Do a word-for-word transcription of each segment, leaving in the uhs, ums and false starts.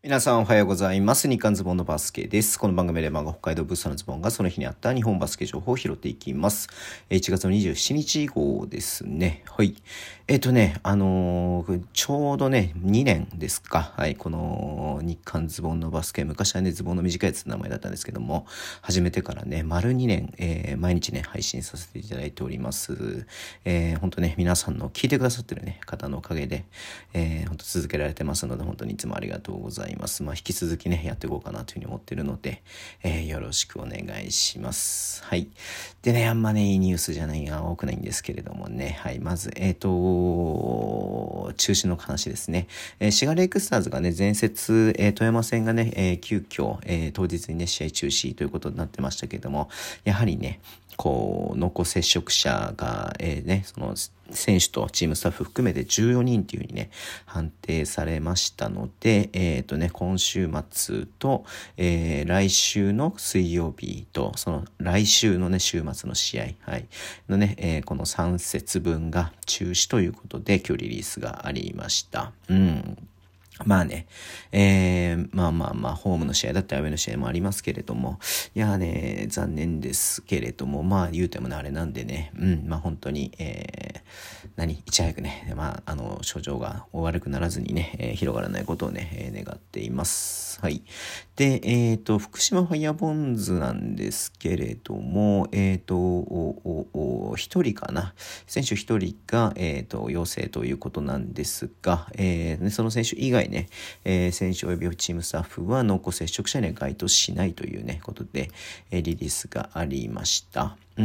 皆さんおはようございます。日刊ズボンのバスケです。この番組では北海道物産のズボンがその日にあった日本バスケ情報を拾っていきます。いちがつのにじゅうしちにち号ですね。はい。えっとね、あのー、ちょうどね、にねんですか。はい。この日刊ズボンのバスケ、昔はね、ズボンの短いやつの名前だったんですけども、始めてからね、丸にねん、えー、毎日ね、配信させていただいております。えー、本当ね、皆さんの聞いてくださってるね、方のおかげで、えー、本当続けられてますので、本当にいつもありがとうございます。まあ、引き続きね、やっていこうかなというふうに思ってるので、えー、よろしくお願いします。はい。でね、あんまね、いいニュースじゃないが多くないんですけれどもね、はい。まず、えっと、中止の話ですね。えー、シガレイクスターズがね、前節、えー、富山戦がね、えー、急遽、えー、当日にね、試合中止ということになってましたけれども、やはりね、こう、濃厚接触者が、えー、ね、その、選手とチームスタッフ含めてじゅうよにんというふうにね、判定されましたので、えっとね、今週末と、えー、来週の水曜日と、その来週のね、週末の試合、はい、のね、えー、このさん節分が中止ということで、今日リリースがありました。うん。まあね、えー、まあまあまあ、ホームの試合だったり、アウェーの試合もありますけれども、いやね、残念ですけれども、まあ言うてもね、あれなんでね、うん、まあ本当に、えー、何、いち早くね、まあ、あの、症状が悪くならずにね、えー、広がらないことをね、えー、願っています。はい。で、えっと、福島ファイヤーボンズなんですけれども、えっと、お、お、お、一人かな。選手一人が、えっと、陽性ということなんですが、えー、その選手以外ね、えー、選手およびチームスタッフは濃厚接触者には該当しないというね、ことで、えー、リリースがありました。うん、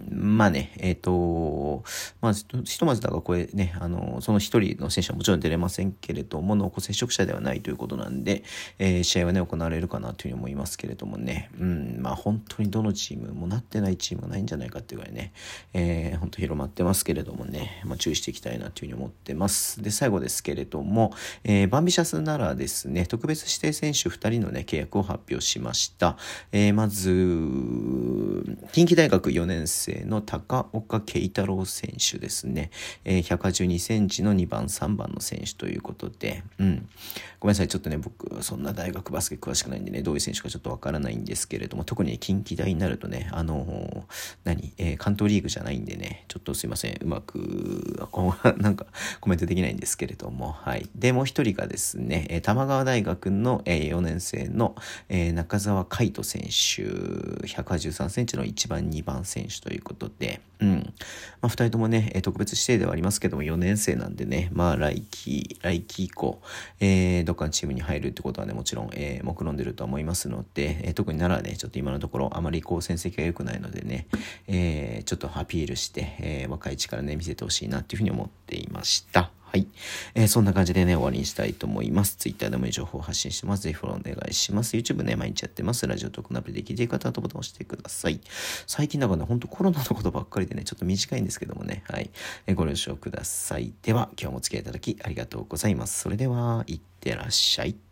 まあね、えっと、まあ、ひとまずだからこれね、あの、その一人の選手はもちろん出れませんけれども、濃厚接触者ではないということなんで、えー、試合はね、行われるかなというふうに思いますけれどもね、うん、まあ本当にどのチームもなってないチームがないんじゃないかっていうぐらいね、えー、本当広まってますけれどもね、まあ注意していきたいなというふうに思ってます。で、最後ですけれども、えー、バンビシャスならですね、特別指定選手ふたりのね、契約を発表しました。えー、まず、近畿大学よねん生の高岡慶太郎選手ですね。えー、ひゃくはちじゅうにセンチのにばん、さんばんの選手ということで、うん。ごめんなさい、ちょっとね、僕、そんな大学バスケ詳しくないんでね、どういう選手かちょっとわからないんですけれども、特に近畿大になるとね、あのー、何、えー、関東リーグじゃないんでね、ちょっとすいません、うまく、なんかコメントできないんですけれども、はい。で、もう一人がですね、えー、玉川大学の、えー、よねん生の、えー、中澤海斗選手、ひゃくはちじゅうさんセンチのいちばん、にばん選手ということで、うん。まあ、ふたりともね、特別指定ではありますけども、よねん生なんでね、まあ、来季、来季以降、えー、どっかのチームに入るってことはね、もちろん、えー、目論んでるとは思いますので、えー、特に奈良はね、ちょっと今のところ、あまりこう、戦績が良くないのでね、えー、ちょっとアピールして、えー、若い力ね、見せてほしいなっていうふうに思っていました。はい。えー、そんな感じでね、終わりにしたいと思います。Twitter でもいい情報を発信してます。ぜひフォローお願いします。YouTube ね、毎日やってます。ラジオトークのアプリで聞いている方はボタンを押してください。最近だからね、ほんとコロナのことばっかりでね、ちょっと短いんですけどもね、はい。えー、ご了承ください。では、今日もお付き合いいただきありがとうございます。それでは、いってらっしゃい。